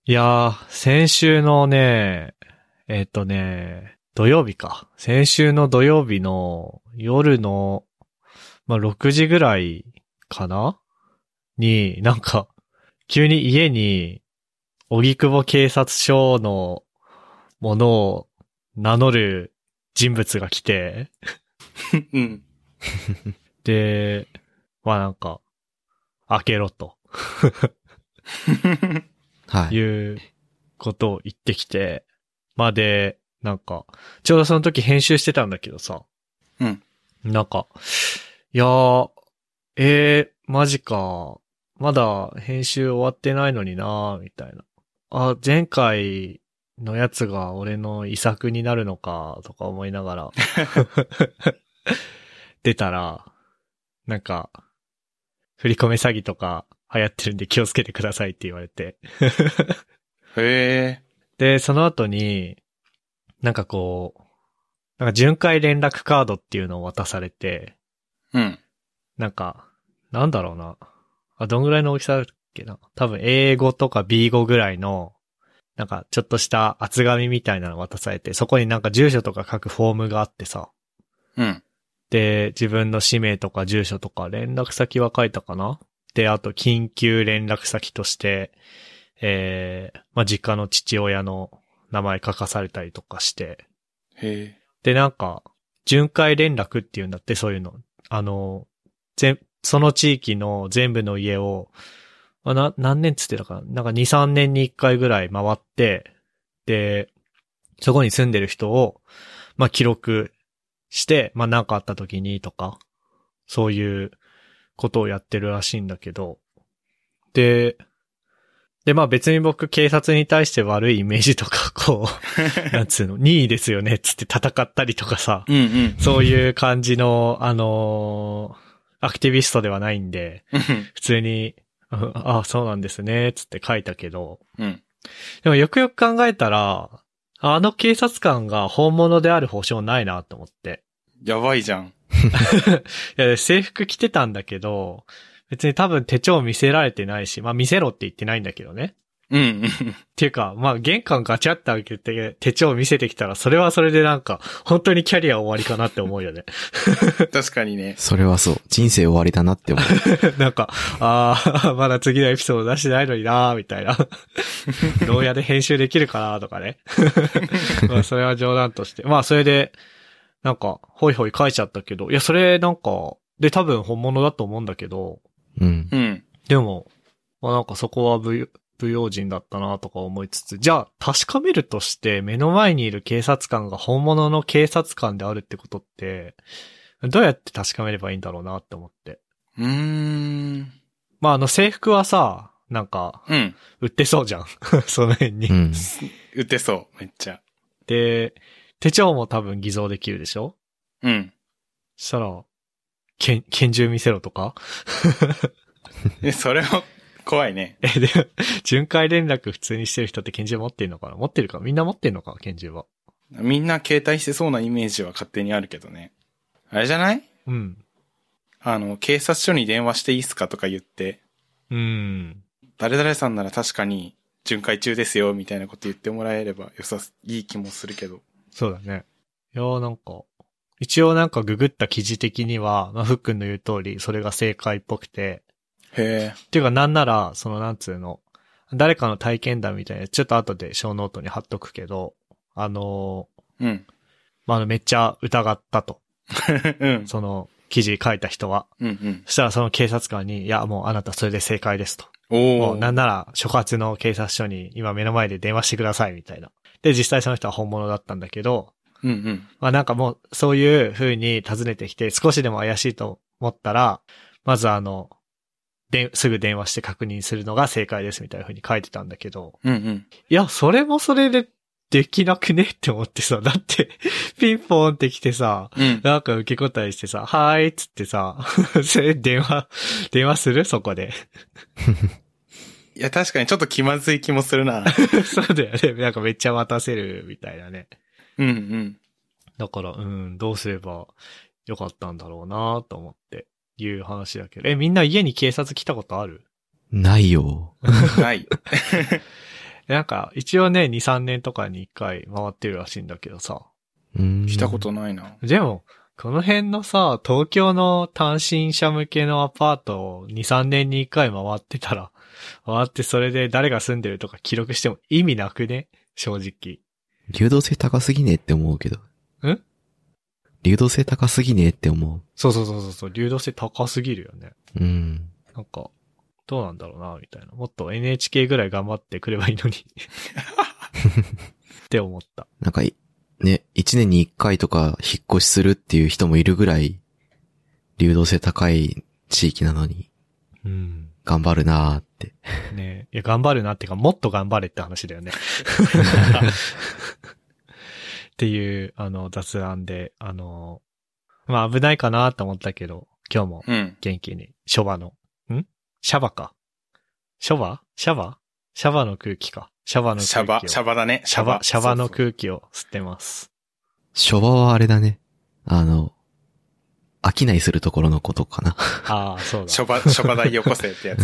いやー、先週のね、土曜日か。先週の土曜日の夜の、6時ぐらいかなに、なんか、急に家に、荻窪警察署のものを名乗る人物が来て、 うん。 で、なんか、開けろと。 はい。 いうことを言ってきて、で、なんか、ちょうどその時編集してたんだけどさ、 うん。 なんか、いやー、マジか、まだ編集終わってないのになーみたいな。前回のやつが俺の遺作になるのか、とか思いながら、出たら、なんか、振り込め詐欺とか流行ってるんで気をつけてくださいって言われて。 へえ。 で、その後に、なんかこう、なんか巡回連絡カードっていうのを渡されて、 うん。 なんか、なんだろうな。どんぐらいの大きさだっけな。多分英語とか B 語ぐらいの、なんかちょっとした厚紙みたいなの渡されて、そこになんか住所とか書くフォームがあってさ。 うん。 で、自分の氏名とか住所とか連絡先は書いたかな。で、あと緊急連絡先として、実家の父親の名前書かされたりとかして。 へえ。 で、なんか、巡回連絡っていうんだって、そういうの。その地域の全部の家を、何年つってたかななんか2、3年に1回ぐらい回って、で、そこに住んでる人を、記録して、なんかあった時にとか、そういうことをやってるらしいんだけど、で、別に僕警察に対して悪いイメージとか、なんつうの、任意ですよね、つって戦ったりとかさ、 うんうん。 そういう感じの、アクティビストではないんで、普通に、そうなんですね、つって書いたけど、 うん。 でもよくよく考えたら、あの警察官が本物である保証ないなと思って。 やばいじゃん。 いや、制服着てたんだけど、別に多分手帳見せられてないし、見せろって言ってないんだけどね。 うんうん。 っていうか、玄関ガチャって開けて手帳見せてきたら、それはそれでなんか、本当にキャリア終わりかなって思うよね。 確かにね。 それはそう。人生終わりだなって思う。 なんか、まだ次のエピソード出してないのになーみたいな。牢屋で編集できるかなとかね。それは冗談として。それで、なんか、ホイホイ書いちゃったけど、いや、それなんか、で多分本物だと思うんだけど、 うん。 うん。 でも、なんかそこは不用心だったなとか思いつつ、じゃあ確かめるとして目の前にいる警察官が本物の警察官であるってことって、どうやって確かめればいいんだろうなって思って。制服はさ、なんか、 うん。 売ってそうじゃん。その辺に。 うん。 売ってそう、めっちゃ。 で、手帳も多分偽造できるでしょ？ うん。 そしたら、拳銃見せろとかそれも、怖いね。 で、巡回連絡普通にしてる人って拳銃持ってるのかな？持ってるか？みんな持ってるのか？拳銃は。 みんな携帯してそうなイメージは勝手にあるけどね。あれじゃない？ うん。 警察署に電話していいっすかとか言って、誰々さんなら確かに巡回中ですよ、みたいなこと言ってもらえればいい気もするけど。 そうだね。いやーなんか、一応なんかググった記事的には、ふっくんの言う通り、それが正解っぽくて。 へっていうかなんなら、なんつうの、誰かの体験談みたいな、ちょっと後で小ノートに貼っとくけど、 うん。 めっちゃ疑ったと。 うん。 その、記事書いた人は。 うんうん。 そしたらその警察官に、いやもうあなたそれで正解ですと。 もうなんなら、所轄の警察署に今目の前で電話してくださいみたいな。で、実際その人は本物だったんだけど、 うんうん。 なんかもう、そういう風に尋ねてきて、少しでも怪しいと思ったら、まずすぐ電話して確認するのが正解ですみたいな風に書いてたんだけど、 うんうん。 いや、それもそれでできなくねって思ってさ、だって、ピンポーンって来てさ、なんか受け答えしてさ、はーいっつってさ、それ電話するそこで。 いや、確かにちょっと気まずい気もするな。 そうだよね。なんかめっちゃ待たせるみたいなね。 うんうん。 だから、どうすればよかったんだろうなと思っていう話だけど。みんな家に警察来たことある？ ないよ。 ない。 なんか、一応ね、2、3年とかに1回回ってるらしいんだけどさ。 来たことないな。 でも、この辺のさ、東京の単身者向けのアパートを2、3年に1回回ってたら、回ってそれで誰が住んでるとか記録しても意味なくね？正直。 流動性高すぎねえって思うけど。 ん？ 流動性高すぎねえって思う。 そう、流動性高すぎるよね。 うん。 なんか、どうなんだろうな、みたいな。もっと NHK ぐらい頑張ってくればいいのに。って思った。 なんか、ね、1年に1回とか引っ越しするっていう人もいるぐらい、流動性高い地域なのに。 うん。 頑張るなーって。 ねえ。いや、頑張るなっていうか、もっと頑張れって話だよね。っていう、雑談で、まあ、危ないかなと思ったけど、今日も元気に、シャバの、シャバか。シャバの空気か。シャバの空気を。 シャバだね。 シャバの空気を吸ってます。 シャバはあれだね。商いするところのことかな。 ああ、そうだ。シャバ代よこせってやつ。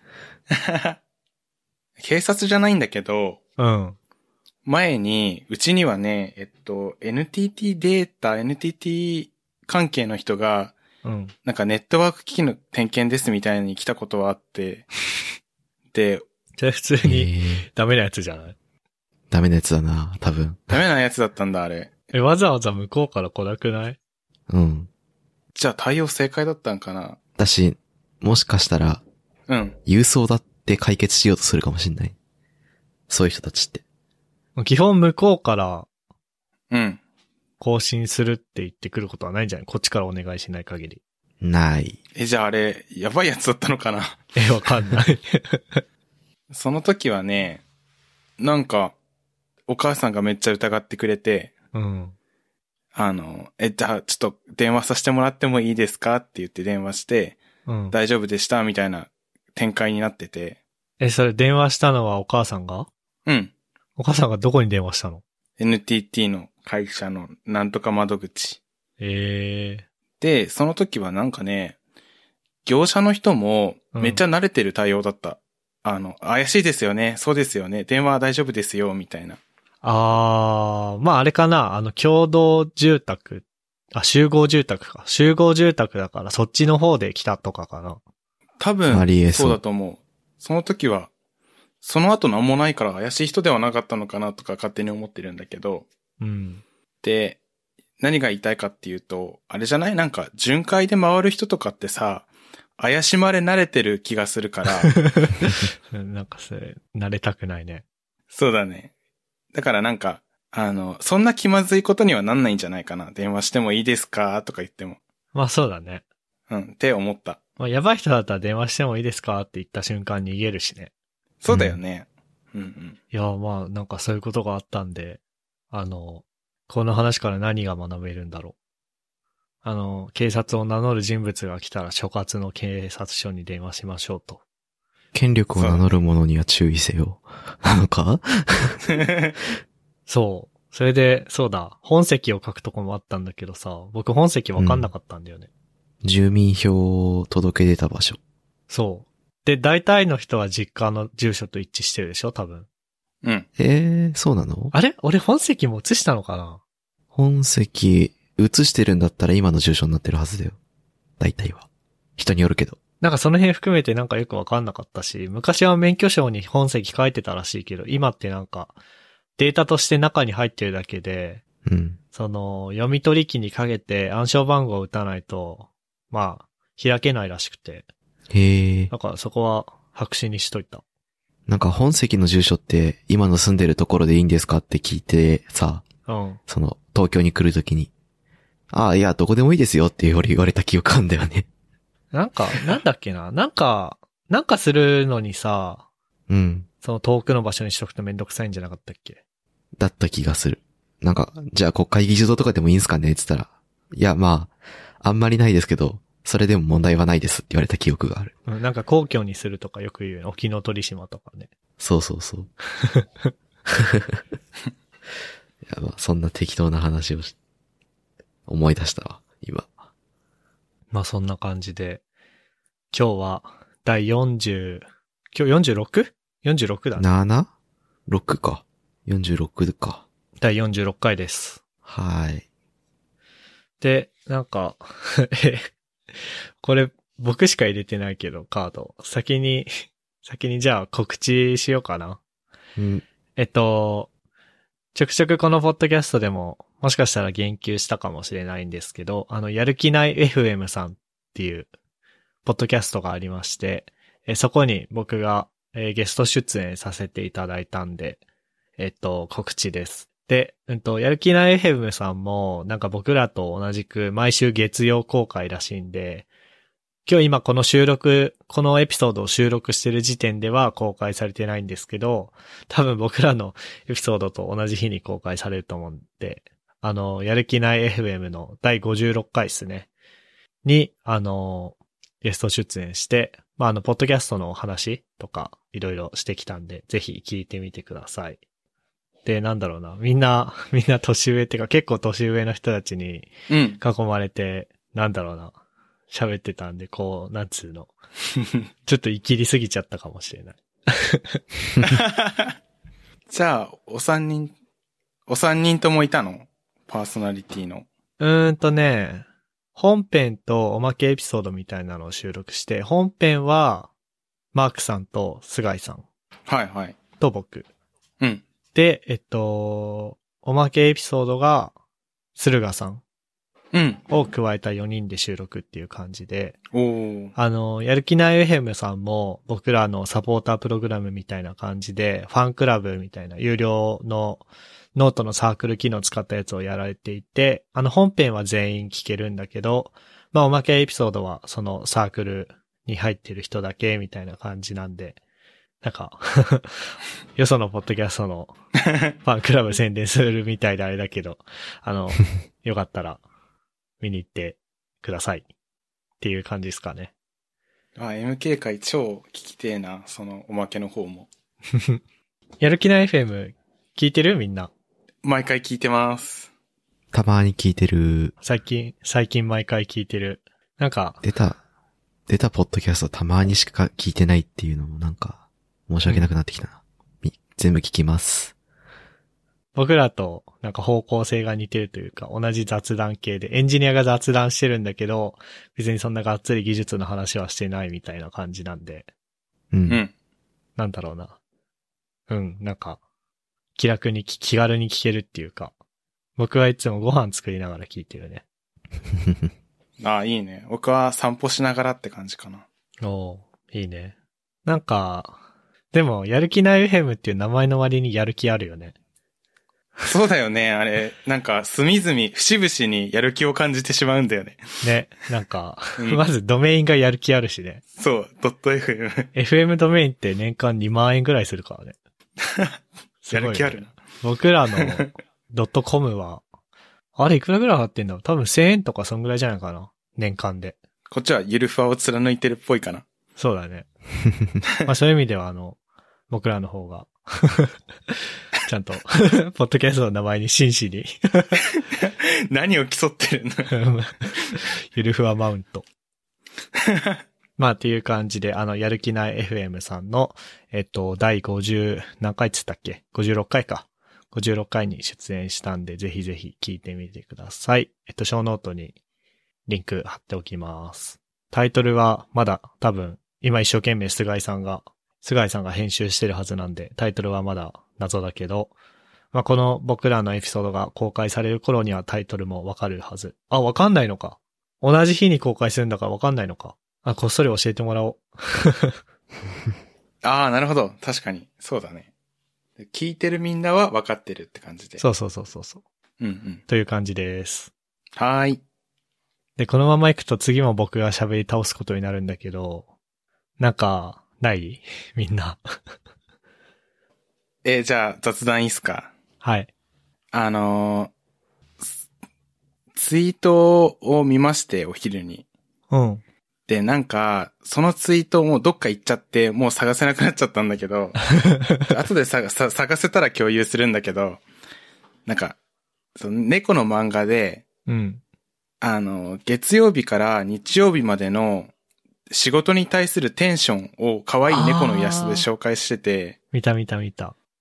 警察じゃないんだけど、 うん。 前に、うちにはね、NTT データ、NTT 関係の人が、 うん。 なんかネットワーク機器の点検ですみたいに来たことはあって、で、 じゃあ普通にダメなやつじゃない？ ダメなやつだな、多分。 ダメなやつだったんだ、あれ。 わざわざ向こうから来なくない？ うん。 じゃあ対応正解だったんかな？ 私、もしかしたら、 うん。 郵送だって解決しようとするかもしんない。そういう人たちって。 基本向こうから、 うん。 更新するって言ってくることはないんじゃない？こっちからお願いしない限り。 ない。 じゃああれ、やばいやつだったのかな？ わかんない。 その時はね、なんか、お母さんがめっちゃ疑ってくれて、 うん。 じゃあちょっと電話させてもらってもいいですかって言って電話して、 うん。 大丈夫でしたみたいな展開になってて。 それ電話したのはお母さんが？ うん。 お母さんがどこに電話したの？ NTT の会社のなんとか窓口。 で、 その時はなんかね、業者の人もめっちゃ慣れてる対応だった。怪しいですよね。そうですよね。電話大丈夫ですよ。みたいな。 まああれかな。共同住宅。集合住宅か。集合住宅だからそっちの方で来たとかかな。 多分、そうだと思う。その時は、その後なんもないから怪しい人ではなかったのかなとか勝手に思ってるんだけど。 うん。で、 何が言いたいかっていうと、あれじゃない？なんか巡回で回る人とかってさ、怪しまれ慣れてる気がするから。 なんかそれ、慣れたくないね。 そうだね。だからなんか、そんな気まずいことにはなんないんじゃないかな。電話してもいいですかとか言っても。 まあそうだね。 うん、って思った。 まあやばい人だったら電話してもいいですかって言った瞬間逃げるしね。 そうだよね。うんうん。 いや、まあなんかそういうことがあったんで、この話から何が学べるんだろう。警察を名乗る人物が来たら所轄の警察署に電話しましょうと。 権力を名乗る者には注意せよ。なのか？ そう。それで、そうだ、本籍を書くとこもあったんだけどさ、僕本籍わかんなかったんだよね。 住民票を届け出た場所。 そう。で、大体の人は実家の住所と一致してるでしょ多分。 うん。 そうなの？ あれ？俺本籍も移したのかな？ 本籍、移してるんだったら今の住所になってるはずだよ。大体は。人によるけど。 なんかその辺含めてなんかよくわかんなかったし、昔は免許証に本籍書いてたらしいけど、今ってなんか、データとして中に入ってるだけで、 うん。 読み取り機にかけて暗証番号を打たないと、まあ、開けないらしくて。 へえ。 だからそこは白紙にしといた。 なんか本籍の住所って今の住んでるところでいいんですかって聞いてさ、 うん。 東京に来るときに、いや、どこでもいいですよって言われた記憶あんだよね。 なんか、なんだっけな。なんかするのにさ、 うん。 遠くの場所にしとくとめんどくさいんじゃなかったっけ？ だった気がする。なんか、じゃあ国会議事堂とかでもいいんすかねって言ったら、いや、まあ、あんまりないですけど、それでも問題はないですって言われた記憶がある。 うん、なんか皇居にするとかよく言うよ。沖ノ鳥島とかね。 そうそうそう。いや、まあ、そんな適当な話を思い出したわ、今。 まあそんな感じで、今日は第40、今日 46？46 だね。 7？ 6か。46か。 第46回です。 はい。 で、なんか、これ僕しか入れてないけど、カード。先にじゃあ告知しようかな。 うん。 ちょくちょくこのポッドキャストでも、もしかしたら言及したかもしれないんですけど、やる気ない FM さんっていう、ポッドキャストがありまして、そこに僕が、ゲスト出演させていただいたんで、告知です。で、やる気ない FM さんも、なんか僕らと同じく毎週月曜公開らしいんで、今日今このエピソードを収録してる時点では公開されてないんですけど、多分僕らのエピソードと同じ日に公開されると思うんで、やる気ない FM の第56回ですね。に、ゲスト出演して、ポッドキャストのお話とかいろいろしてきたんで、ぜひ聞いてみてください。で、なんだろうな、みんな年上っていうか結構年上の人たちに囲まれて、なんだろうな、喋ってたんで、こう、なんつうの。ちょっとイキりすぎちゃったかもしれない。 じゃあ、お三人ともいたの？パーソナリティの。 本編とおまけエピソードみたいなのを収録して、本編は、マークさんと菅井さん。 はいはい。 と僕。 うん。 で、おまけエピソードが、駿河さん。 うん。 を加えた4人で収録っていう感じで。 おやる気ないFMさんも僕らのサポータープログラムみたいな感じで、ファンクラブみたいな有料のノートのサークル機能を使ったやつをやられていて、本編は全員聞けるんだけど、おまけエピソードはそのサークルに入ってる人だけみたいな感じなんで、なんか、よそのポッドキャストのファンクラブ宣伝するみたいであれだけど、よかったら、見に行ってくださいっていう感じですかね。 MK 会超聞きてえな、そのおまけの方も。 やる気ない FM 聞いてる？みんな。 毎回聞いてます。 たまに聞いてる。 最近毎回聞いてる。なんか。 出たポッドキャストたまにしか聞いてないっていうのもなんか申し訳なくなってきたな。全部聞きます。 僕らとなんか方向性が似てるというか、同じ雑談系で、エンジニアが雑談してるんだけど、別にそんながっつり技術の話はしてないみたいな感じなんで。 うん。 なんだろうな。なんか、気軽に聞けるっていうか、僕はいつもご飯作りながら聞いてるね。 いいね。僕は散歩しながらって感じかな。 いいね。なんか、でも、やる気ないFMっていう名前の割にやる気あるよね。 そうだよね。あれ、なんか、節々にやる気を感じてしまうんだよね。 ね。なんか、まずドメインがやる気あるしね。 そう、.fm。 FM ドメインって年間2万円ぐらいするからね。 やる気あるな。 僕らの.com は、あれいくらぐらい払ってんだろう？多分1000円とかそんぐらいじゃないかな。年間で。 こっちはゆるふわを貫いてるっぽいかな。 そうだね。そういう意味では僕らの方が、ちゃんと、ポッドキャストの名前に真摯に。 何を競ってるんだゆるふわマウント。っていう感じで、やる気ない FM さんの、第50、何回っつったっけ？ 56 回か。56回に出演したんで、ぜひぜひ聞いてみてください。ショーノートにリンク貼っておきます。タイトルはまだ多分、今一生懸命菅井さんが編集してるはずなんで、タイトルはまだ謎だけど、この僕らのエピソードが公開される頃にはタイトルもわかるはず。わかんないのか。同じ日に公開するんだからわかんないのか。こっそり教えてもらおう。 なるほど。確かに。そうだね。聞いてるみんなは分かってるって感じで。 そう。 うんうん。 という感じです。 はーい。 で、このまま行くと次も僕が喋り倒すことになるんだけど、なんか、ないみんな。 じゃあ雑談いいっすか？ はい。 ツイートを見まして、お昼に。 うん。 で、なんか、そのツイートもうどっか行っちゃって、もう探せなくなっちゃったんだけど、後で探せたら共有するんだけど、なんか、その猫の漫画で、 うん。 月曜日から日曜日までの仕事に対するテンションを可愛い猫のイラストで紹介してて、 見た。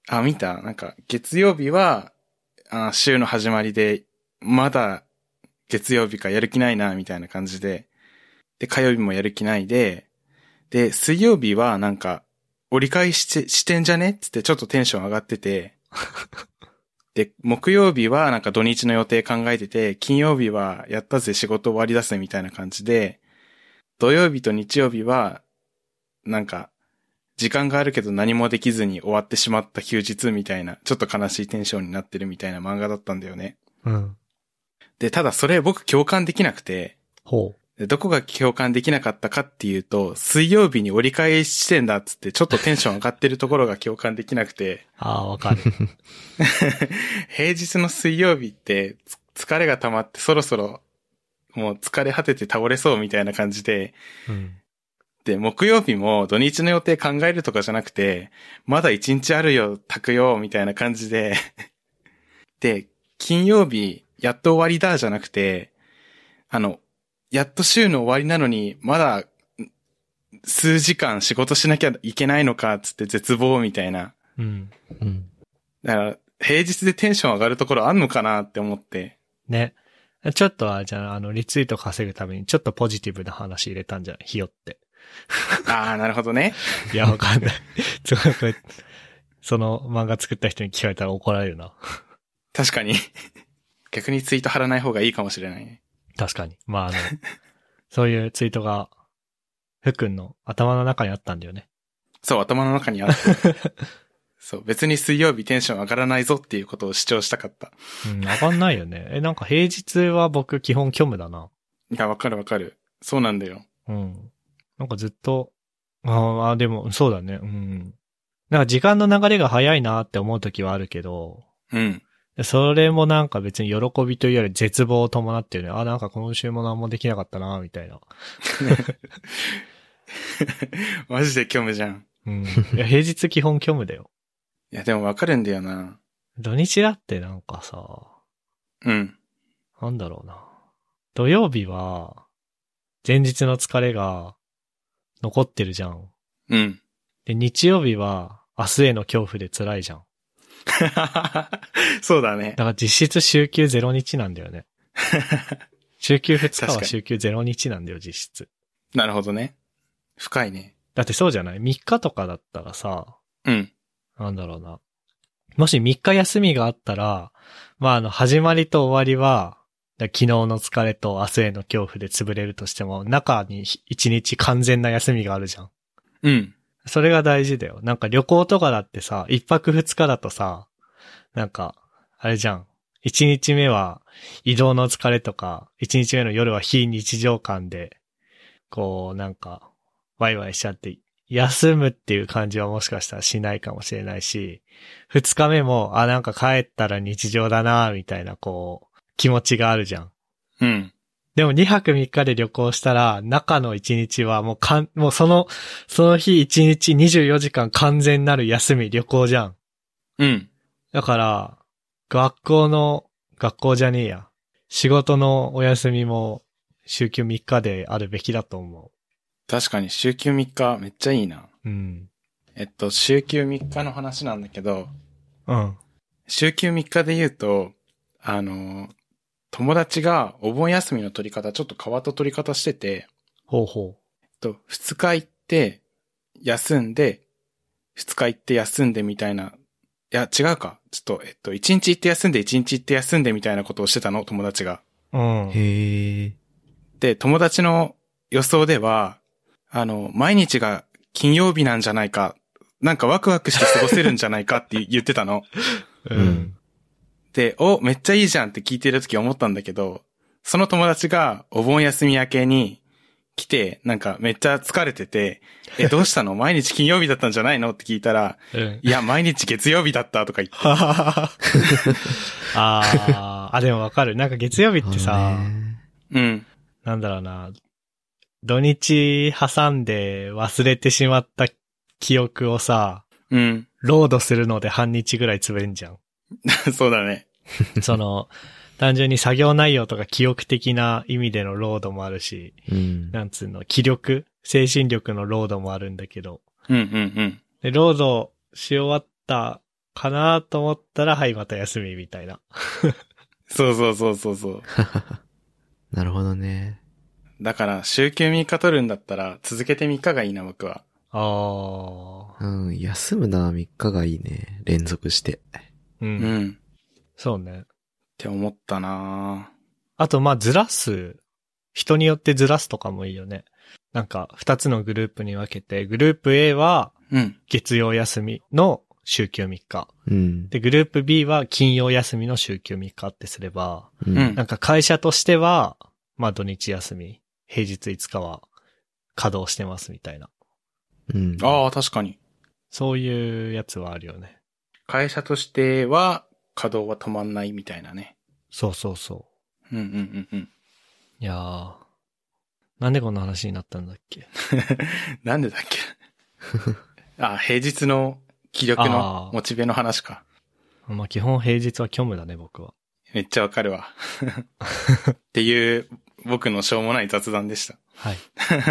あ、見た？なんか、月曜日は、週の始まりで、まだ、月曜日かやる気ないな、みたいな感じで、で、火曜日もやる気ないで、で、水曜日はなんか、折り返してんじゃねっつってちょっとテンション上がってて、で、木曜日はなんか土日の予定考えてて、金曜日はやったぜ仕事終わりだぜみたいな感じで、土曜日と日曜日は、なんか、時間があるけど何もできずに終わってしまった休日みたいな、ちょっと悲しいテンションになってるみたいな漫画だったんだよね。 うん。 で、ただそれ僕共感できなくて、 ほう。 でどこが共感できなかったかっていうと、水曜日に折り返し地点だっつってちょっとテンション上がってるところが共感できなくて。 ああ、わかる。 平日の水曜日って疲れが溜まってそろそろもう疲れ果てて倒れそうみたいな感じで、 うん。 で、木曜日も土日の予定考えるとかじゃなくて、まだ一日あるよ、炊くよ、みたいな感じで、で、金曜日、やっと終わりだ、じゃなくて、やっと週の終わりなのに、まだ、数時間仕事しなきゃいけないのか、つって絶望みたいな。 うん。 うん。 だから、平日でテンション上がるところあんのかなって思って。 ね。ちょっとは、じゃあ、リツイート稼ぐために、ちょっとポジティブな話入れたんじゃない？ひよって。 ああ、なるほどね。 いや、わかんない。これその漫画作った人に聞かれたら怒られるな。 確かに。逆にツイート貼らない方がいいかもしれないね。 確かに。まあ、そういうツイートが、ふくんの頭の中にあったんだよね。 そう、頭の中にあって。そう、別に水曜日テンション上がらないぞっていうことを主張したかった。 うん、上がんないよね。なんか平日は僕基本虚無だな。 いや、わかるわかる。そうなんだよ。 うん。なんかずっと、でも、そうだね。うん。なんか時間の流れが早いなって思う時はあるけど、 うん。 それもなんか別に喜びというより絶望を伴ってるね。なんか今週も何もできなかったな、みたいな。 マジで虚無じゃん。 うん。いや、平日基本虚無だよ。 いや、でもわかるんだよな。 土日だってなんかさ、 うん。 なんだろうな。土曜日は、前日の疲れが残ってるじゃん。 うん。 で、日曜日は明日への恐怖で辛いじゃん。 そうだね。 だから実質週休0日なんだよね。週休2日は週休0日なんだよ、実質。 なるほどね。深いね。 だってそうじゃない？ 3 日とかだったらさ、 うん。 なんだろうな。もし3日休みがあったら、まあ始まりと終わりは、昨日の疲れと明日への恐怖で潰れるとしても、中に1日完全な休みがあるじゃん。 うん。 それが大事だよ。なんか旅行とかだってさ、1泊2日だとさ、なんか、あれじゃん。1日目は移動の疲れとか、1日目の夜は非日常感で、こうなんか、ワイワイしちゃって、休むっていう感じはもしかしたらしないかもしれないし、2日目も、なんか帰ったら日常だなみたいな、こう、気持ちがあるじゃん。 うん。 でも2泊3日で旅行したら、中の1日はもうその日1日24時間完全なる休み、旅行じゃん。 うん。 だから、学校じゃねえや。仕事のお休みも週休3日であるべきだと思確かに週休3日めっちゃいいな。 う。うん。 週休3日の話なんだけど、 うん。 週休3日で言うと、友達がお盆休みの取り方ちょっと変わった取り方してて、 ほうほ 2日行って休んで、2日行って休んでみたいな、いや違うか。ちょっと、1日行って休んで1日行って休んでみたいなことをしてたの、友達が。 う。うん。 へえ。 で、友達の予想では、毎日が金曜日なんじゃないか、なんかワクワクして過ごせるんじゃないかって言ってたの。 ううんん。 で、めっちゃいいじゃんって聞いてるとき思ったんだけど、その友達がお盆休み明けに来て、なんかめっちゃ疲れてて、どうしたの？毎日金曜日だったんじゃないのって聞いたら、 うん。 いや、毎日月曜日だったとか言って。 でもわかる。なんか月曜日ってさ、 うん。 なんだろうな、土日挟んで忘れてしまった記憶をさ、 うん。 ロードするので半日ぐらい潰れんじゃん。 そうだね。 単純に作業内容とか記憶的な意味でのロードもあるし、 うん。 なんつうの、気力、精神力のロードもあるんだけど、 うんうんうん。 で、ロードし終わったかなと思ったら、はい、また休みみたいな。 そうそうそうそうそう。 なるほどね。 だから、週休3日取るんだったら、続けて3日がいいな、僕は。 うん、休むな、3日がいいね。連続して。 う。 うんん。っそうね。 て思ったなあと、まあ、ずらす。人によってずらすとかもいいよね。なんか、2つのグループに分けて、グループ A は、 うん。 月曜休みの週休3日。 うん。 で、グループ B は金曜休みの週休3日ってすれば、 うんなんか会社としては、まあ土日休み、平日5日は稼働してますみたいな。 うん。 ああ、確かに。 そういうやつはあるよね。 会社としては、稼働は止まんないみたいなね。 そうそうそうんうんうんうん。 う。いやー。なんでこんな話になったんだっけ？ なんでだっけあ、平日の気力のモチベの話か。 まあ基本平日は虚無だね、僕は。 めっちゃわかるわ。っていう、僕のしょうもない雑談でした。 はい。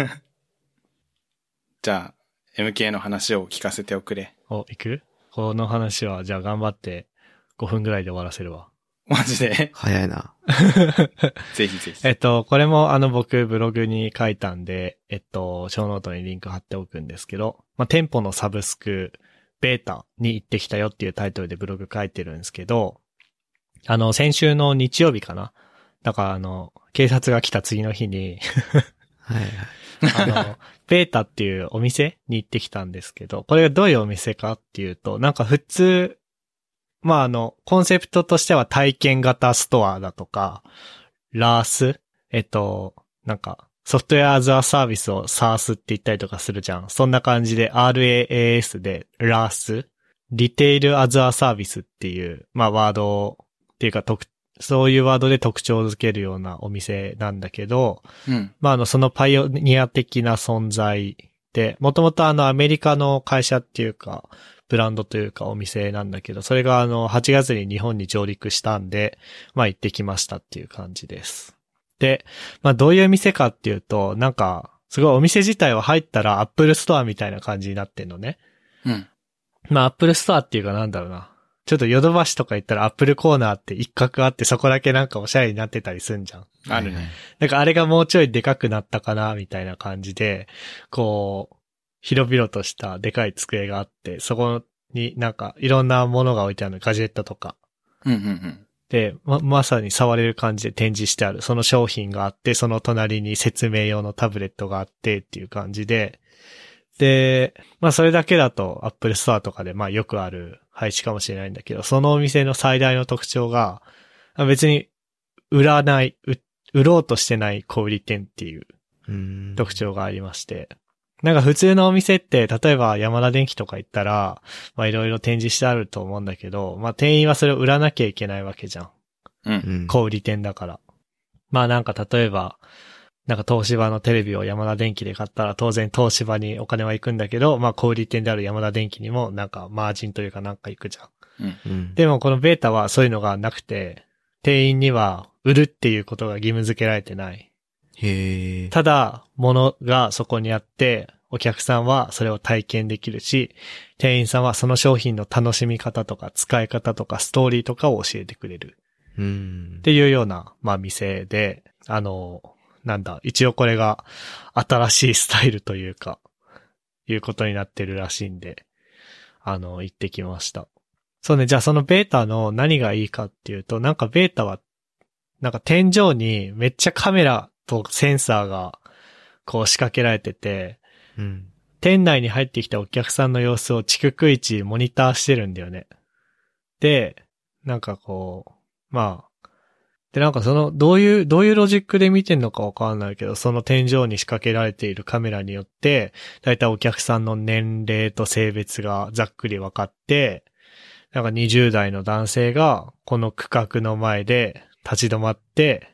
じゃあ、MK の話を聞かせておくれ。 お、行く？この話は、じゃあ頑張って5分ぐらいで終わらせるわ。 マジで早いな。 ぜひぜひ。 これも僕ブログに書いたんで、ショーノートにリンク貼っておくんですけど、まあ、店舗のサブスク、ベータに行ってきたよっていうタイトルでブログ書いてるんですけど、先週の日曜日かな。だから警察が来た次の日にはいはい。 ベータっていうお店に行ってきたんですけど、これがどういうお店かっていうと、なんか普通、まあコンセプトとしては体験型ストアだとか、RaaS、なんか、ソフトウェアアザーサービスを SaaS って言ったりとかするじゃん。そんな感じで RaaS で RaaS、リテールアザーサービスっていう、まあワードっていうかそういうワードで特徴づけるようなお店なんだけど、 うん。 まあそのパイオニア的な存在で、もともとアメリカの会社っていうか、ブランドというかお店なんだけど、それが8月に日本に上陸したんで、まあ行ってきましたっていう感じです。で、まあどういう店かっていうと、なんか、すごいお店自体は入ったらアップルストアみたいな感じになってんのね。 うん。 まあアップルストアっていうかなんだろうな。ちょっとヨドバシとか行ったらアップルコーナーって一角あってそこだけなんかおしゃれになってたりすんじゃん。 あるね。 なんかあれがもうちょいでかくなったかなみたいな感じで、こう、広々としたでかい机があって、そこになんかいろんなものが置いてあるの、ガジェットとか。 うんうんうん。 で、まさに触れる感じで展示してある。その商品があって、その隣に説明用のタブレットがあってっていう感じで、で、まあそれだけだと Apple Store とかでまあよくある配置かもしれないんだけど、そのお店の最大の特徴が、別に売ろうとしてない小売店っていう特徴がありまして、なんか普通のお店って、例えば山田電機とか行ったら、まあいろいろ展示してあると思うんだけど、まあ店員はそれを売らなきゃいけないわけじゃん。 うん。 小売店だから。まあなんか例えば、なんか東芝のテレビを山田電機で買ったら当然東芝にお金は行くんだけど、まあ小売店である山田電機にもなんかマージンというかなんか行くじゃん。 うん。 でもこのベータはそういうのがなくて、店員には売るっていうことが義務付けられてない。 へー。 ただ、物がそこにあって、お客さんはそれを体験できるし、店員さんはその商品の楽しみ方とか使い方とかストーリーとかを教えてくれる。っていうような、まあ店で、なんだ、一応これが新しいスタイルというか、いうことになってるらしいんで、行ってきました。そうね、じゃあそのベータの何がいいかっていうと、なんかベータは、なんか天井にめっちゃカメラとセンサーがこう仕掛けられてて、店内に入ってきたお客さんの様子を逐く一モニターしてるんだよね。で、なんかこう、まあ、でなんかどういうロジックで見てんのかわかんないけど、その天井に仕掛けられているカメラによって、だいたいお客さんの年齢と性別がざっくり分かって、なんか20代の男性がこの区画の前で立ち止まって、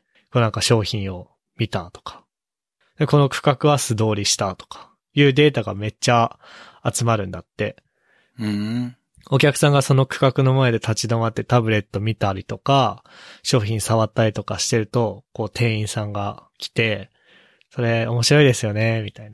こうなんか商品を見たとか、でこの区画は素通りしたとか、いうデータがめっちゃ集まるんだって。お客さんがその区画の前で立ち止まってタブレット見たりとか、商品触ったりとかしてると、こう店員さんが来て、それ面白いですよね、みたいな。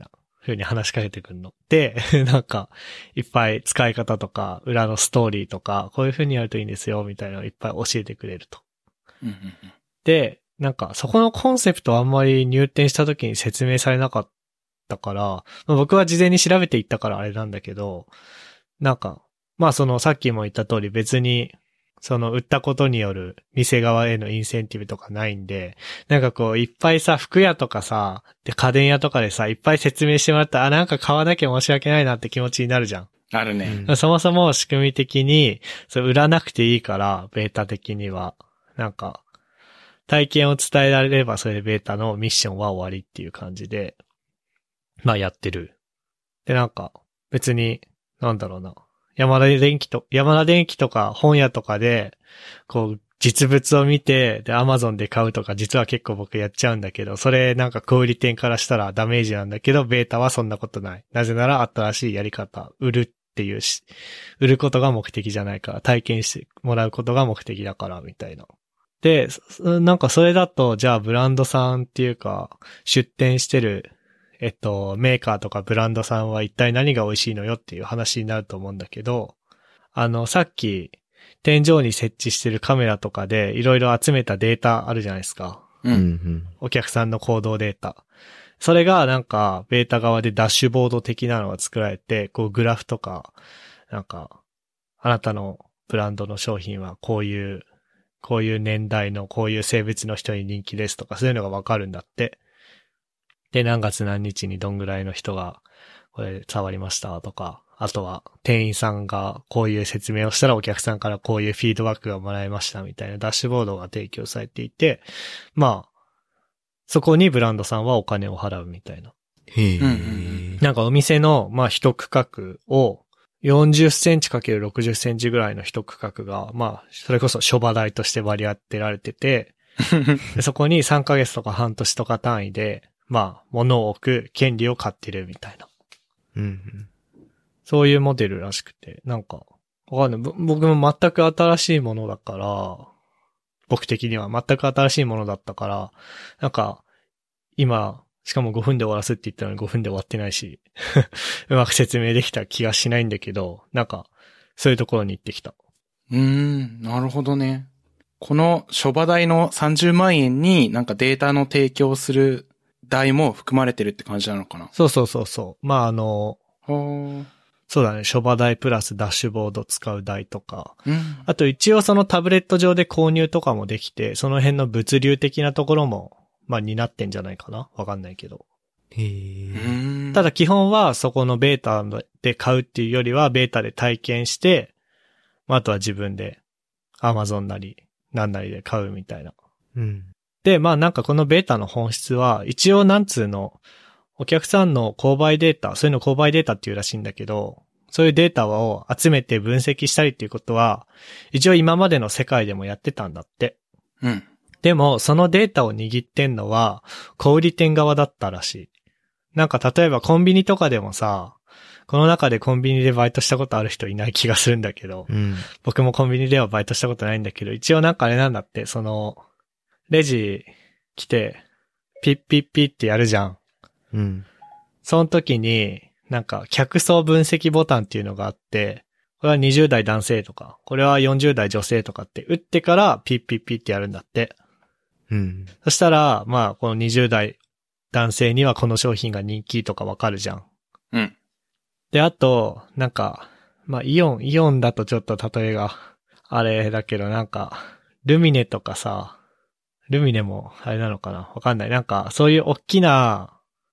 風に話しかけてくるの。で、なんか、いっぱい使い方とか、裏のストーリーとか、こういう風にやるといいんですよ、みたいなのをいっぱい教えてくれると。 うんうんうん。 で、なんか、そこのコンセプトはあんまり入店した時に説明されなかったから、まあ、僕は事前に調べていったからあれなんだけど、なんか、まあさっきも言った通り別に、売ったことによる店側へのインセンティブとかないんで、なんかこう、いっぱいさ、服屋とかさ、で、家電屋とかでさ、いっぱい説明してもらったら、なんか買わなきゃ申し訳ないなって気持ちになるじゃん。 あるね。 うんそもそも仕組み的に、売らなくていいから、ベータ的には。なんか、体験を伝えられれば、それでベータのミッションは終わりっていう感じで、まあやってる。で、なんか、別に、なんだろうな。山田電機とか本屋とかで、こう、実物を見て、で、Amazon で買うとか、実は結構僕やっちゃうんだけど、それなんか小売店からしたらダメージなんだけど、ベータはそんなことない。なぜなら新しいやり方、売るっていうし、売ることが目的じゃないから、体験してもらうことが目的だから、みたいな。で、なんかそれだと、じゃあブランドさんっていうか、出店してる、メーカーとかブランドさんは一体何が美味しいのよっていう話になると思うんだけど、さっき、天井に設置してるカメラとかでいろいろ集めたデータあるじゃないですか。 う。 うんんお客さんの行動データ。それがなんか、ベータ側でダッシュボード的なのが作られて、こうグラフとか、なんか、あなたのブランドの商品はこういう年代のこういう性別の人に人気ですとか、そういうのがわかるんだって。で、何月何日にどんぐらいの人がこれ触りましたとか、あとは店員さんがこういう説明をしたらお客さんからこういうフィードバックがもらえましたみたいなダッシュボードが提供されていて、まあ、そこにブランドさんはお金を払うみたいな。 へえ。 うんうんなんかお店の、まあ一区画を40センチ ×60 センチぐらいの一区画が、まあ、それこそ諸場代として割り当てられてて、でそこに3ヶ月とか半年とか単位で、まあ、物を置く権利を買ってるみたいな。 うんそういうモデルらしくて、なんか、わかんない。僕も全く新しいものだから、僕的には全く新しいものだったから、なんか、今、しかも5分で終わらすって言ったのに5分で終わってないし、うまく説明できた気がしないんだけど、なんか、そういうところに行ってきた。 なるほどね。この諸場代の30万円になんかデータの提供する代も含まれてるって感じなのかな。 そう。まあほー。 そうだね、諸場代プラスダッシュボード使う代とか、 うん。 あと一応そのタブレット上で購入とかもできて、その辺の物流的なところも、まあ担ってんじゃないかな？わかんないけど。 へえ。 ただ基本はそこのベータで買うっていうよりはベータで体験して、まあ、あとは自分で Amazon なり何なりで買うみたいな。 うん。 で、まあなんかこのベータの本質は一応なんつうの、お客さんの購買データ、そういうの購買データっていうらしいんだけど、そういうデータを集めて分析したりっていうことは、一応今までの世界でもやってたんだって。 うん。 でも、そのデータを握ってんのは、小売店側だったらしい。なんか例えばコンビニとかでもさ、この中でコンビニでバイトしたことある人いない気がするんだけど、 うん。 僕もコンビニではバイトしたことないんだけど、一応なんかあれなんだって、レジ来て、ピッピッピッってやるじゃん。 うん。 その時に、なんか客層分析ボタンっていうのがあって、これは20代男性とか、これは40代女性とかって打ってからピッピッピッってやるんだって。 うん。 そしたら、まあこの20代男性にはこの商品が人気とかわかるじゃん。 うん。 で、あと、なんか、まあイオンだとちょっと例えがあれだけどなんか、ルミネとかさ、ルミネもあれなのかなわかんない。なんかそういう大きな、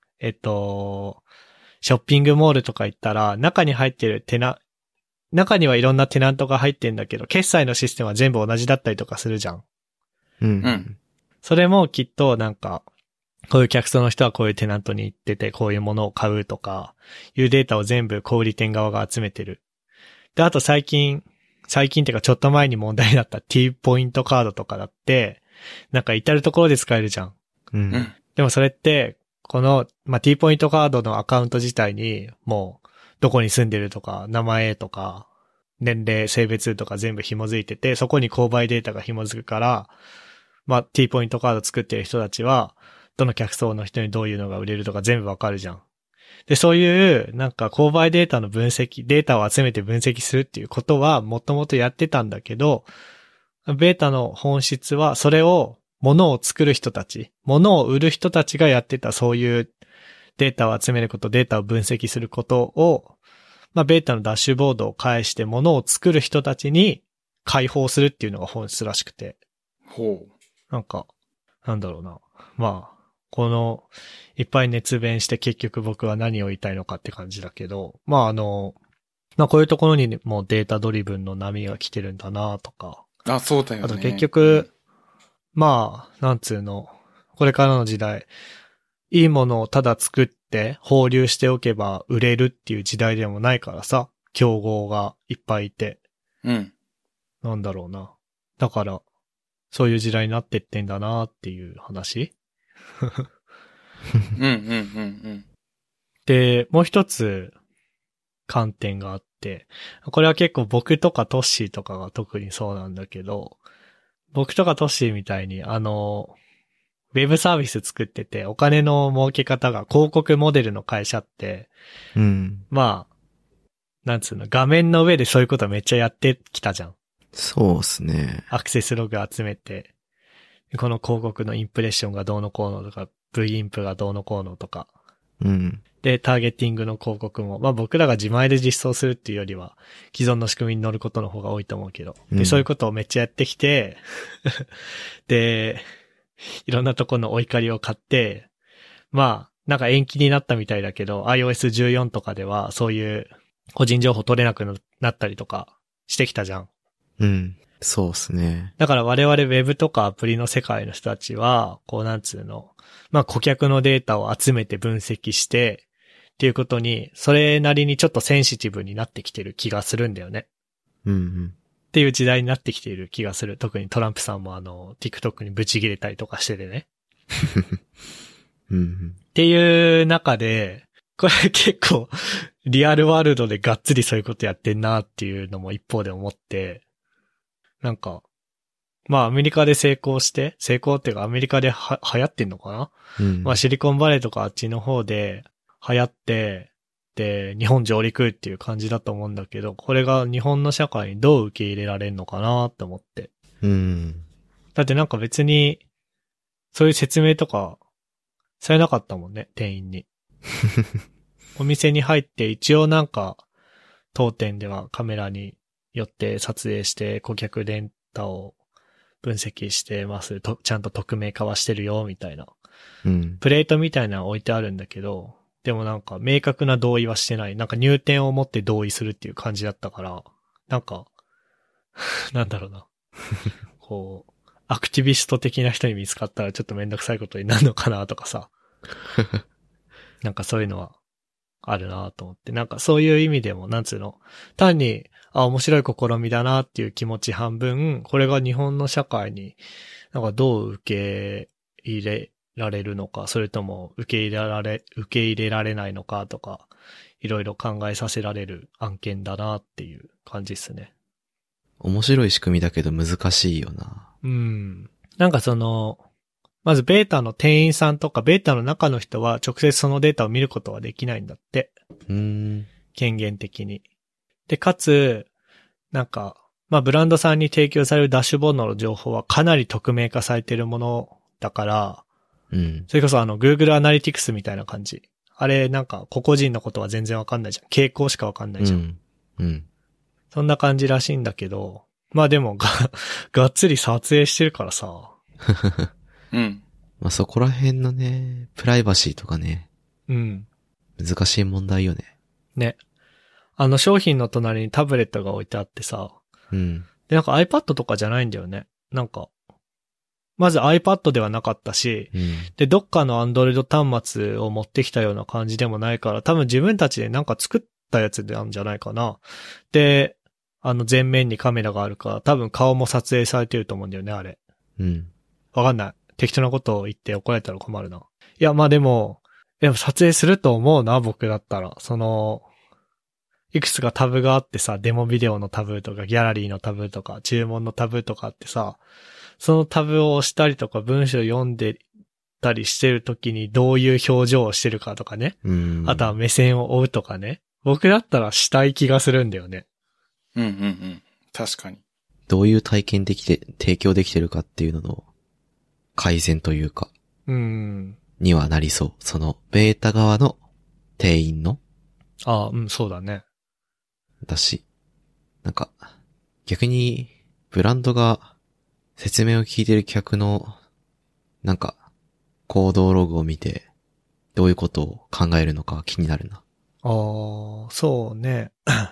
ショッピングモールとか行ったら、中に入ってる中にはいろんなテナントが入ってんだけど、決済のシステムは全部同じだったりとかするじゃん。 うん。 うんそれもきっとなんか、こういう客層の人はこういうテナントに行ってて、こういうものを買うとか、いうデータを全部小売店側が集めてる。で、あと最近っていうかちょっと前に問題になった T ポイントカードとかだって、なんか至るところで使えるじゃん。 う。 うんん。 でもそれって、この、まあ、T ポイントカードのアカウント自体に、もう、どこに住んでるとか、名前とか、年齢、性別とか全部紐づいてて、そこに購買データが紐づくから、まあ、T ポイントカード作ってる人たちは、どの客層の人にどういうのが売れるとか全部わかるじゃん。 で、そういう、なんか購買データの分析、データを集めて分析するっていうことはもともとやってたんだけど、ベータの本質はそれを物を作る人たち、物を売る人たちがやってたそういうデータを集めること、データを分析することを、まあベータのダッシュボードを介して物を作る人たちに解放するっていうのが本質らしくて。 ほう。 なんか、なんだろうな。まあ、この、いっぱい熱弁して結局僕は何を言いたいのかって感じだけど、まあまあこういうところにもデータドリブンの波が来てるんだなとか。 あ、そうだよね。 あと結局、まあ、なんつうの、これからの時代、いいものをただ作って放流しておけば売れるっていう時代でもないからさ、競合がいっぱいいて。 うん。 なんだろうな。だから、そういう時代になってってんだなっていう話うんうんうんうん。 で、もう一つ観点があって、これは結構僕とかトッシーとかが特にそうなんだけど、僕とかトッシーみたいにウェブサービス作っててお金の儲け方が広告モデルの会社って、 うん。 まあ、なんつうの、画面の上でそういうことめっちゃやってきたじゃん。 そうっすね。 アクセスログ集めて、この広告のインプレッションがどうのこうのとか、V インプがどうのこうのとか。 うん。 で、ターゲティングの広告も、まあ僕らが自前で実装するっていうよりは、既存の仕組みに乗ることの方が多いと思うけど。で、そういうことをめっちゃやってきて、で、いろんなところのお怒りを買って、まあ、なんか延期になったみたいだけど、iOS14 とかではそういう個人情報取れなくなったりとかしてきたじゃん。 うん。そうっすね。 だから我々 Web とかアプリの世界の人たちは、こうなんつうの、まあ顧客のデータを集めて分析して、っていうことに、それなりにちょっとセンシティブになってきてる気がするんだよね。 うんうん。 っていう時代になってきている気がする。特にトランプさんもTikTok にブチ切れたりとかしててね。 うんうん。 っていう中で、これ結構リアルワールドでがっつりそういうことやってんなっていうのも一方で思って、なんか、まあアメリカで成功っていうかアメリカで流行ってんのかな、 うん、 まあシリコンバレーとかあっちの方で流行って、で、日本上陸っていう感じだと思うんだけど、これが日本の社会にどう受け入れられるのかなって思って。 うん。 だってなんか別に、そういう説明とかされなかったもんね、店員に。お店に入って一応なんか、当店ではカメラによって撮影して顧客データを分析してます。ちゃんと匿名化はしてるよ、みたいな。 うん。 プレートみたいなの置いてあるんだけど、でもなんか明確な同意はしてない。なんか入店を持って同意するっていう感じだったから、なんか、なんだろうな。こう、アクティビスト的な人に見つかったらちょっとめんどくさいことになるのかなとかさ。なんかそういうのはあるなと思って。なんかそういう意味でも、なんつうの、単に、面白い試みだなっていう気持ち半分、これが日本の社会になんかどう受け入れられるのか、それとも受け入れられないのかとか、いろいろ考えさせられる案件だなっていう感じですね。 面白い仕組みだけど難しいよな。 うん。なんかまずベータの店員さんとかベータの中の人は直接そのデータを見ることはできないんだって。権限的に。で、かつ、なんか、まあブランドさんに提供されるダッシュボードの情報はかなり匿名化されているものだから、 うん。 それこそGoogle Analytics みたいな感じ。あれなんか個々人のことは全然わかんないじゃん。傾向しかわかんないじゃん。 うん。うん。 そんな感じらしいんだけど、まあでもがっつり撮影してるからさ。 うん。 まあそこら辺のね、プライバシーとかね。 うん。 難しい問題よね。 ね。商品の隣にタブレットが置いてあってさ。 うん。 で、なんか iPad とかじゃないんだよね。なんか、まず iPad ではなかったし、 うん、 で、どっかの Android 端末を持ってきたような感じでもないから、多分自分たちでなんか作ったやつなんじゃないかな。で、前面にカメラがあるから、多分顔も撮影されてると思うんだよね、あれ。 うん。 わかんない。適当なことを言って怒られたら困るな。いや、まあでも撮影すると思うな、僕だったら。いくつかタブがあってさ、デモビデオのタブとか、ギャラリーのタブとか、注文のタブとかあってさ、そのタブを押したりとか、文章読んでったりしてる時にどういう表情をしてるかとかね。あとは目線を追うとかね。僕だったらしたい気がするんだよね。 うんうんうん。確かに。 どういう体験できて、提供できてるかっていうのの改善というか、にはなりそう。その、ベータ側の店員のああ、そうだね。 だし、なんか、逆に、ブランドが説明を聞いてる客の、なんか、行動ログを見て、どういうことを考えるのか気になるな。 ああ、そうね。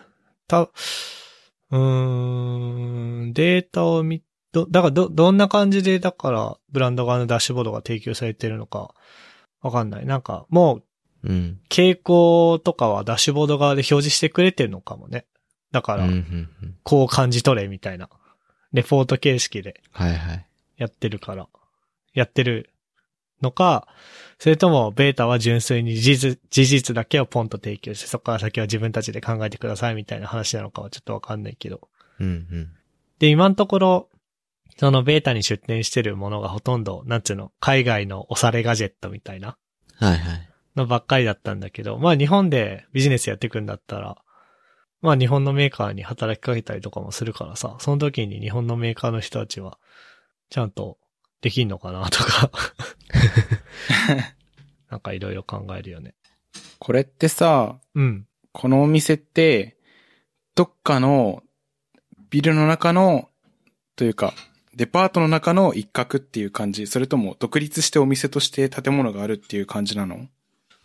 データをどんな感じで、だから、ブランド側のダッシュボードが提供されてるのか、わかんない。なんか、もう、傾向とかはダッシュボード側で表示してくれてるのかもね。だから、こう感じ取れみたいな。レポート形式で。やってるから。やってるのか、それともベータは純粋に事実だけをポンと提供して、そこから先は自分たちで考えてくださいみたいな話なのかはちょっとわかんないけど。で、今のところ、そのベータに出展してるものがほとんど、なんつうの、海外のおしゃれガジェットみたいな。のばっかりだったんだけど、まあ日本でビジネスやっていくんだったら、まあ日本のメーカーに働きかけたりとかもするからさ、その時に日本のメーカーの人たちは、ちゃんとできんのかなとか。なんかいろいろ考えるよね。 これってさ、このお店って、どっかのビルの中の、というか、デパートの中の一角っていう感じ？それとも独立してお店として建物があるっていう感じなの？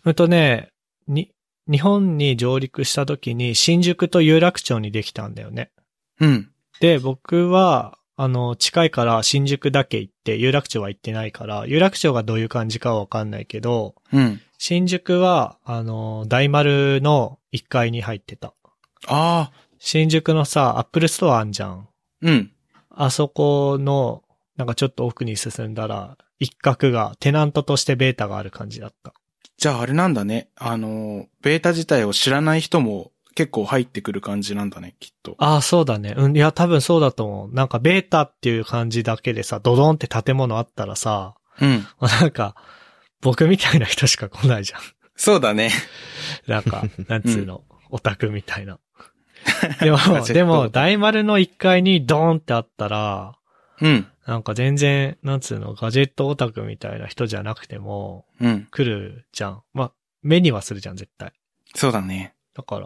日本に上陸した時に新宿と有楽町にできたんだよね。で、僕は、近いから新宿だけ行って、有楽町は行ってないから、有楽町がどういう感じかはわかんないけど、新宿は、大丸の1階に入ってた。 ああ。 新宿のさ、アップルストアあんじゃん。あそこの、なんかちょっと奥に進んだら、一角がテナントとしてベータがある感じだった。 じゃああれなんだね。ベータ自体を知らない人も結構入ってくる感じなんだね、きっと。 ああ、そうだね。いや、多分そうだと思う。なんかベータっていう感じだけでさ、ドドンって建物あったらさ、なんか、僕みたいな人しか来ないじゃん。 そうだね。 なんか、なんつうの、オタクみたいな。でも、大丸の1階にドーンってあったら、なんか全然、なんつうの、ガジェットオタクみたいな人じゃなくても、来るじゃん。まあ、目にはするじゃん、絶対。 そうだね。 だから、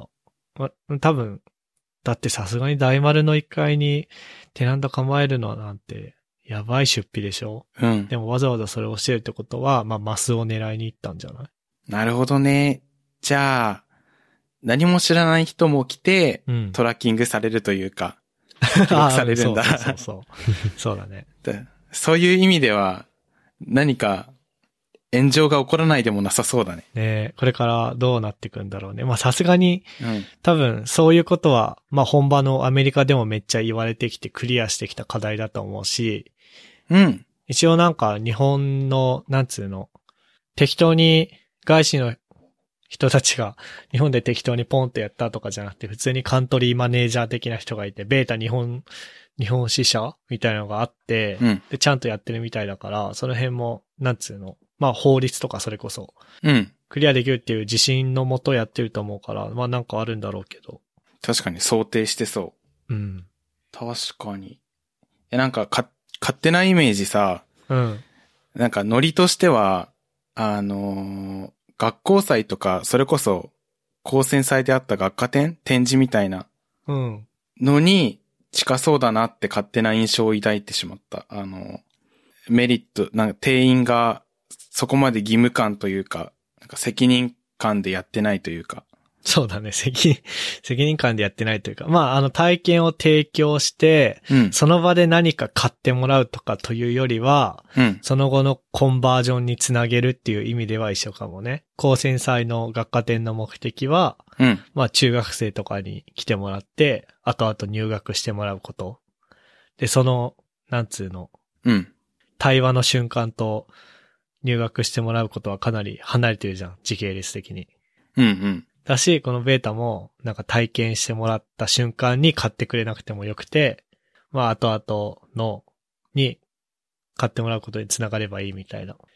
多分、だってさすがに大丸の1階にテナント構えるのなんて、やばい出費でしょ？でもわざわざそれをしてるってことは、まあ、マスを狙いに行ったんじゃない？ なるほどね。じゃあ、何も知らない人も来て、トラッキングされるというか、記録されるんだ。 そうだね。 そういう意味では、何か炎上が起こらないでもなさそうだね。 ね、これからどうなっていくんだろうね。まあさすがに、多分そういうことは、まあ本場のアメリカでもめっちゃ言われてきてクリアしてきた課題だと思うし、一応なんか日本の、なんつうの、適当に外資の人たちが日本で適当にポンとやったとかじゃなくて、普通にカントリーマネージャー的な人がいて、ベータ日本支社みたいなのがあって、で、ちゃんとやってるみたいだから、その辺も、なんつうの、まあ法律とかそれこそ、クリアできるっていう自信のもとやってると思うから、まあなんかあるんだろうけど。 確かに想定してそう。確かに。なんか勝手なイメージさ、なんかノリとしては、学校祭とか、それこそ、高専祭であった学科展示みたいなのに近そうだなって勝手な印象を抱いてしまった。メリット、なんか定員がそこまで義務感というか、なんか責任感でやってないというか。 そうだね。責任感でやってないというか。まあ、体験を提供して、その場で何か買ってもらうとかというよりは、その後のコンバージョンにつなげるっていう意味では一緒かもね。高専祭の学科展の目的は、まあ、中学生とかに来てもらって、後々入学してもらうこと。で、その、なんつうの、対話の瞬間と入学してもらうことはかなり離れてるじゃん。時系列的に。だし、このベータも、なんか体験してもらった瞬間に買ってくれなくてもよくて、まあ、後々に買ってもらうことにつながればいいみたいな。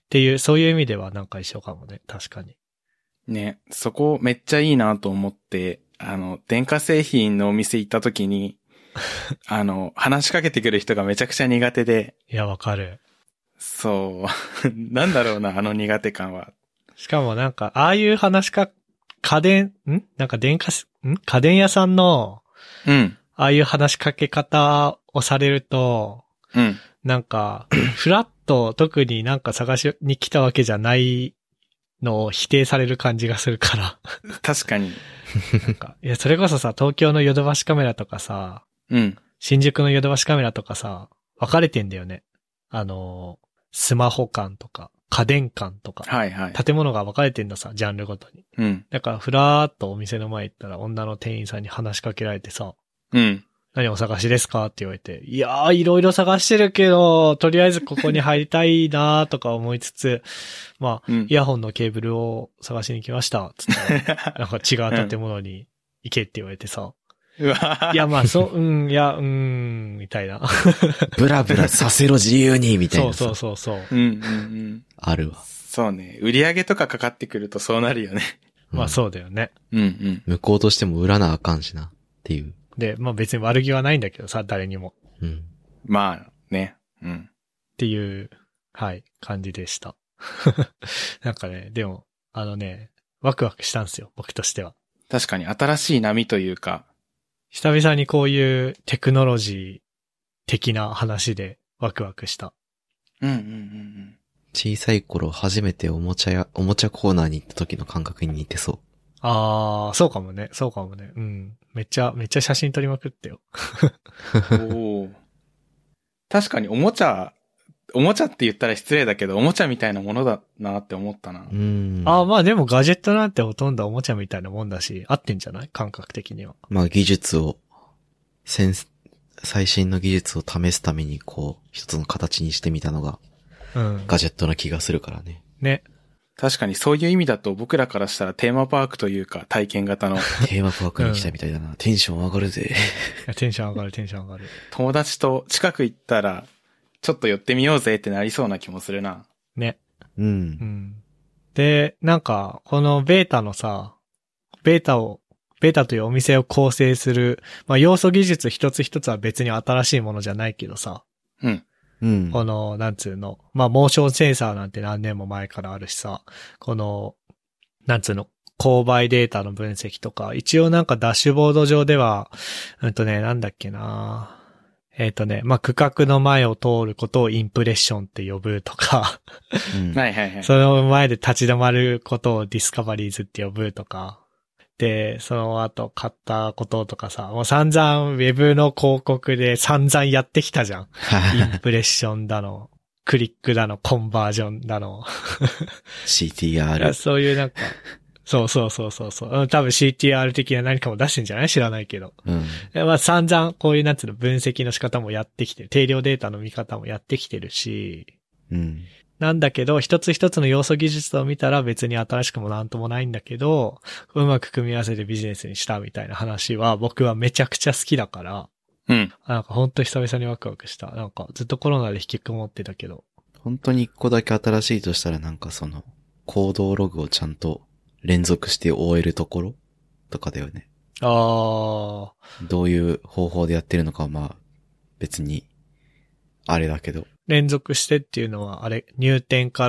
っていう、そういう意味ではなんか一緒かもね。確かに。 ね、そこめっちゃいいなと思って、電化製品のお店行った時に、話しかけてくる人がめちゃくちゃ苦手で。 いや、わかる。 そう。なんだろうな、苦手感は。 しかもなんか、ああいう家電屋さんの、 うん。 ああいう話しかけ方をされると、 うん。 なんか、フラッと特になんか探しに来たわけじゃないのを否定される感じがするから。 確かに。 なんか、いや、それこそさ、東京のヨドバシカメラとかさ、 うん。 新宿のヨドバシカメラとかさ、分かれてんだよね。スマホ館とか、家電館とか、 はいはい。 建物が分かれてんのさ、ジャンルごとに。 うん。 だから、ふらーっとお店の前行ったら、女の店員さんに話しかけられてさ、 うん。 何お探しですかって言われて、いやー、いろいろ探してるけど、とりあえずここに入りたいなーとか思いつつ、まあ、 うん、 イヤホンのケーブルを探しに来ました、つったら、なんか違う建物に行けって言われてさ、 うわいや、まあ、みたいな。 ブラブラさせろ自由に、みたいな。 そう。 うんうんうん。 あるわ。 そうね。売り上げとかかかってくるとそうなるよね。 まあそうだよね。 うんうん。 向こうとしても売らなあかんしな、っていう。 で、まあ別に悪気はないんだけどさ、誰にも。 うん。 まあ、ね。うん。 っていう、はい、感じでした。なんかね、でも、ワクワクしたんですよ、僕としては。 確かに新しい波というか。 久々にこういうテクノロジー的な話でワクワクした。 うんうんうんうん。 小さい頃初めておもちゃコーナーに行った時の感覚に似てそう。 あー、そうかもね。うん。めっちゃ写真撮りまくったよ。 おー。確かにおもちゃって言ったら失礼だけど、おもちゃみたいなものだなって思ったな。 まあでもガジェットなんてほとんどおもちゃみたいなもんだし、合ってんじゃない感覚的には。 まあ技術を、最新の技術を試すためにこう、一つの形にしてみたのが、 うん。 ガジェットな気がするからね。 ね。 確かにそういう意味だと僕らからしたらテーマパークというか体験型の。 テーマパークに来たみたいだな。テンション上がるぜ。 テンション上がる。 友達と近く行ったら、ちょっと寄ってみようぜってなりそうな気もするな。 ね。 うん。 うん。で、なんか、このベータというお店を構成する、まあ要素技術一つ一つは別に新しいものじゃないけどさ。 うん。 うん。 この、なんつうの、まあモーションセンサーなんて何年も前からあるしさ。この、なんつうの、購買データの分析とか、一応なんかダッシュボード上では、なんだっけな。まあ、区画の前を通ることをインプレッションって呼ぶとか、 はいはいはい。 その前で立ち止まることをディスカバリーズって呼ぶとか、で、その後買ったこととかさ、もう散々ウェブの広告で散々やってきたじゃん。インプレッションだの、クリックだの、コンバージョンだの。 CTR。 そういうなんか、そう。多分 CTR 的な何かも出してんじゃない知らないけど。 うん。 まあ散々こういうなんつうの分析の仕方もやってきてる。定量データの見方もやってきてるし。 うん。 なんだけど、一つ一つの要素技術を見たら別に新しくもなんともないんだけど、うまく組み合わせてビジネスにしたみたいな話は僕はめちゃくちゃ好きだから、 うん。 なんかほんと久々にワクワクした。なんかずっとコロナで引きこもってたけど。 本当に一個だけ新しいとしたらなんかその、行動ログをちゃんと連続して終えるところとかだよね。どういう方法でやってるのかはまあ、別に、あれだけど。 連続してっていうのは、入店から、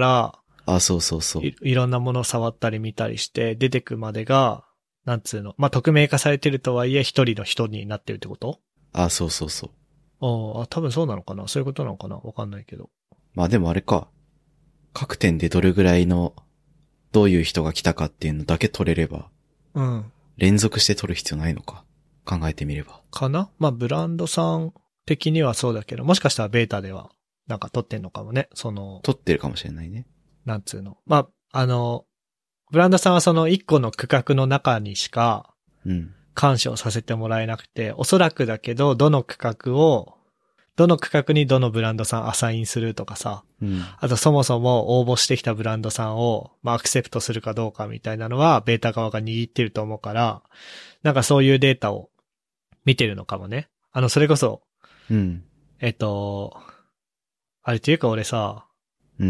そう。 いろんなものを触ったり見たりして、出てくまでが、なんつうの、まあ、匿名化されてるとはいえ、一人の人になってるってこと？ そう。 多分そうなのかな？そういうことなのかな？わかんないけど。 まあでもあれか。各店でどれぐらいの、どういう人が来たかっていうのだけ取れれば。 うん。 連続して取る必要ないのか。考えてみれば。 かな？まあ、ブランドさん的にはそうだけど、もしかしたらベータでは、なんか取ってんのかもね。 取ってるかもしれないね。 なんつうの。まあ、ブランドさんはその一個の区画の中にしか、干渉させてもらえなくて、おそらくだけど、どの区画にどのブランドさんアサインするとかさ、あとそもそも応募してきたブランドさんを、まあ、アクセプトするかどうかみたいなのは、ベータ側が握ってると思うから、なんかそういうデータを見てるのかもね。それこそ、あれっていうか俺さ、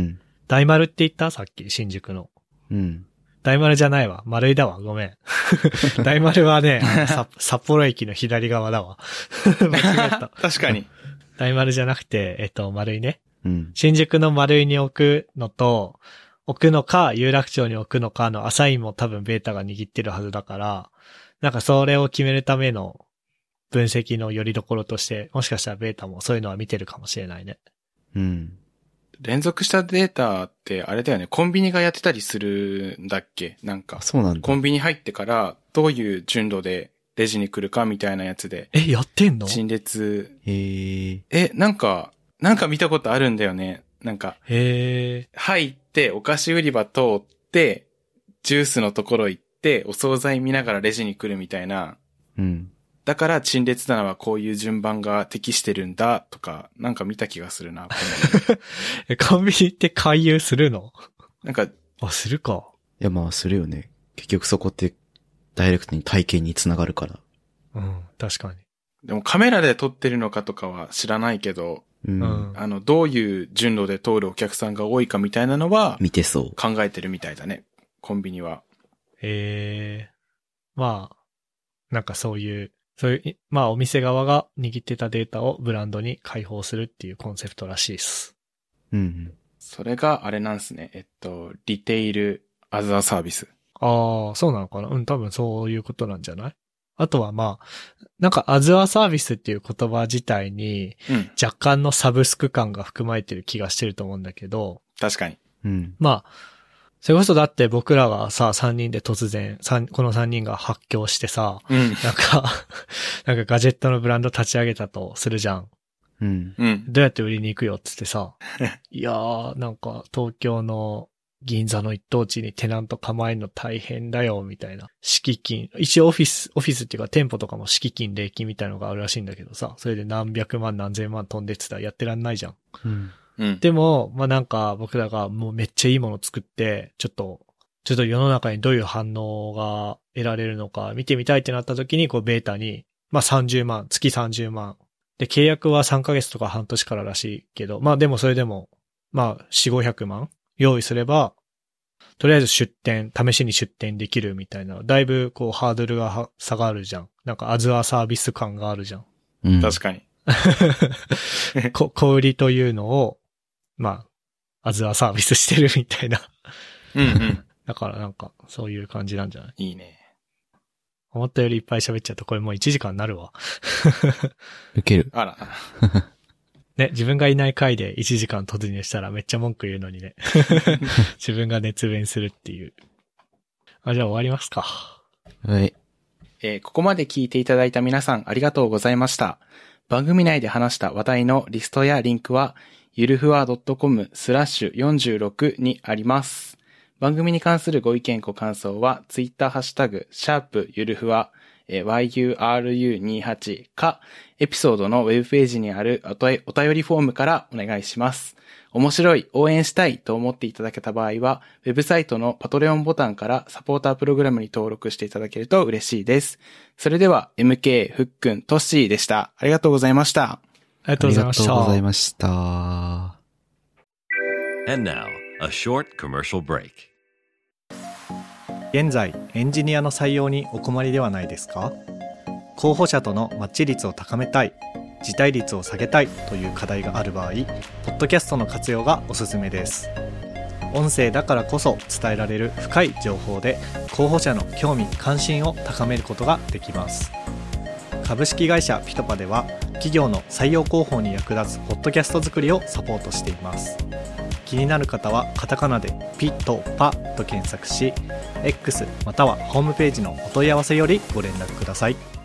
大丸って言ったさっき、新宿の。 うん。 大丸じゃないわ。丸いだわ。ごめん。大丸はね、札幌駅の左側だわ。間違えた。 確かに。 大丸じゃなくて、丸いね。 うん。 新宿の丸いに置くのと、置くのか、有楽町に置くのかのアサインも多分ベータが握ってるはずだから、なんかそれを決めるための分析の拠り所として、もしかしたらベータもそういうのは見てるかもしれないね。 うん。 連続したデータってあれだよね、コンビニがやってたりするんだっけ？なんか。 そうなんだ。 コンビニ入ってからどういう順路でレジに来るかみたいなやつで。 やってんの？ 陳列。 へえ。 なんか見たことあるんだよね。なんか。入ってお菓子売り場通って、ジュースのところ行って、お惣菜見ながらレジに来るみたいな。 うん。 だから陳列棚はこういう順番が適してるんだとか、なんか見た気がするな。 コンビニって回遊するの？ なんか、 するか。 いや、まあ、するよね。結局そこって、ダイレクトに体験につながるから。 うん、確かに。 でもカメラで撮ってるのかとかは知らないけど、 うん。 どういう順路で通るお客さんが多いかみたいなのは、 見てそう。 考えてるみたいだね。コンビニは。 まあ、なんかそういう、まあお店側が握ってたデータをブランドに開放するっていうコンセプトらしいです。 うん。 それがあれなんですね。リテイルアザーサービス。 ああ、そうなのかな？うん、多分そういうことなんじゃない？あとはまあ、なんかアザーサービスっていう言葉自体に、若干のサブスク感が含まれてる気がしてると思うんだけど。 確かに。 うん。 まあ、それこそだって僕らがさ、3人で突然、この3人が発狂してさ、なんかガジェットのブランド立ち上げたとするじゃん。 うん。 どうやって売りに行くよっつってさ、いやー、なんか東京の銀座の一等地にテナント構えるの大変だよ、みたいな。敷金。一応オフィスっていうか店舗とかも敷金、礼金みたいなのがあるらしいんだけどさ、それで何百万何千万飛んでってたらやってらんないじゃん。でも、まあ、なんか僕らがもうめっちゃいいもの作って、ちょっと世の中にどういう反応が得られるのか見てみたいってなった時に、こうベータに、まあ30万、月30万。で、契約は3ヶ月とか半年かららしいけど、まあでもそれでも、まあ4、500万用意すれば、とりあえず試しに出店できるみたいな、だいぶこうハードルが下がるじゃん。なんかアズアサービス感があるじゃん。 うん、 確かに。 小売りというのを、まあ、アズアサービスしてるみたいな。だからなんか、そういう感じなんじゃない？ いいね。 思ったよりいっぱい喋っちゃうとこれもう1時間になるわ。 ウケる。 あら。 ね、自分がいない回で1時間突入したらめっちゃ文句言うのにね。自分が熱弁するっていう。じゃあ終わりますか。 はい。 ここまで聞いていただいた皆さんありがとうございました。番組内で話した話題のリストやリンクは、ゆるふわ .com/46 にあります。番組に関するご意見ご感想は、ツイッターハッシュタグ、ゆるふわ、YURU28 か、エピソードのウェブページにあるお便りフォームからお願いします。面白い、応援したいと思っていただけた場合は、ウェブサイトのパトレオンボタンからサポータープログラムに登録していただけると嬉しいです。それでは、MK、ふっくん、トッシーでした。ありがとうございました。 ありがとうございました。 ありがとうございました。 And now, a short commercial break. 現在、エンジニアの採用にお困りではないですか？候補者とのマッチ率を高めたい、辞退率を下げたいという課題がある場合、ポッドキャストの活用がおすすめです。音声だからこそ伝えられる深い情報で、候補者の興味関心を高めることができます。株式会社ピトパでは、企業の採用広報に役立つポッドキャスト作りをサポートしています。気になる方はカタカナでピトパと検索し、X またはホームページのお問い合わせよりご連絡ください。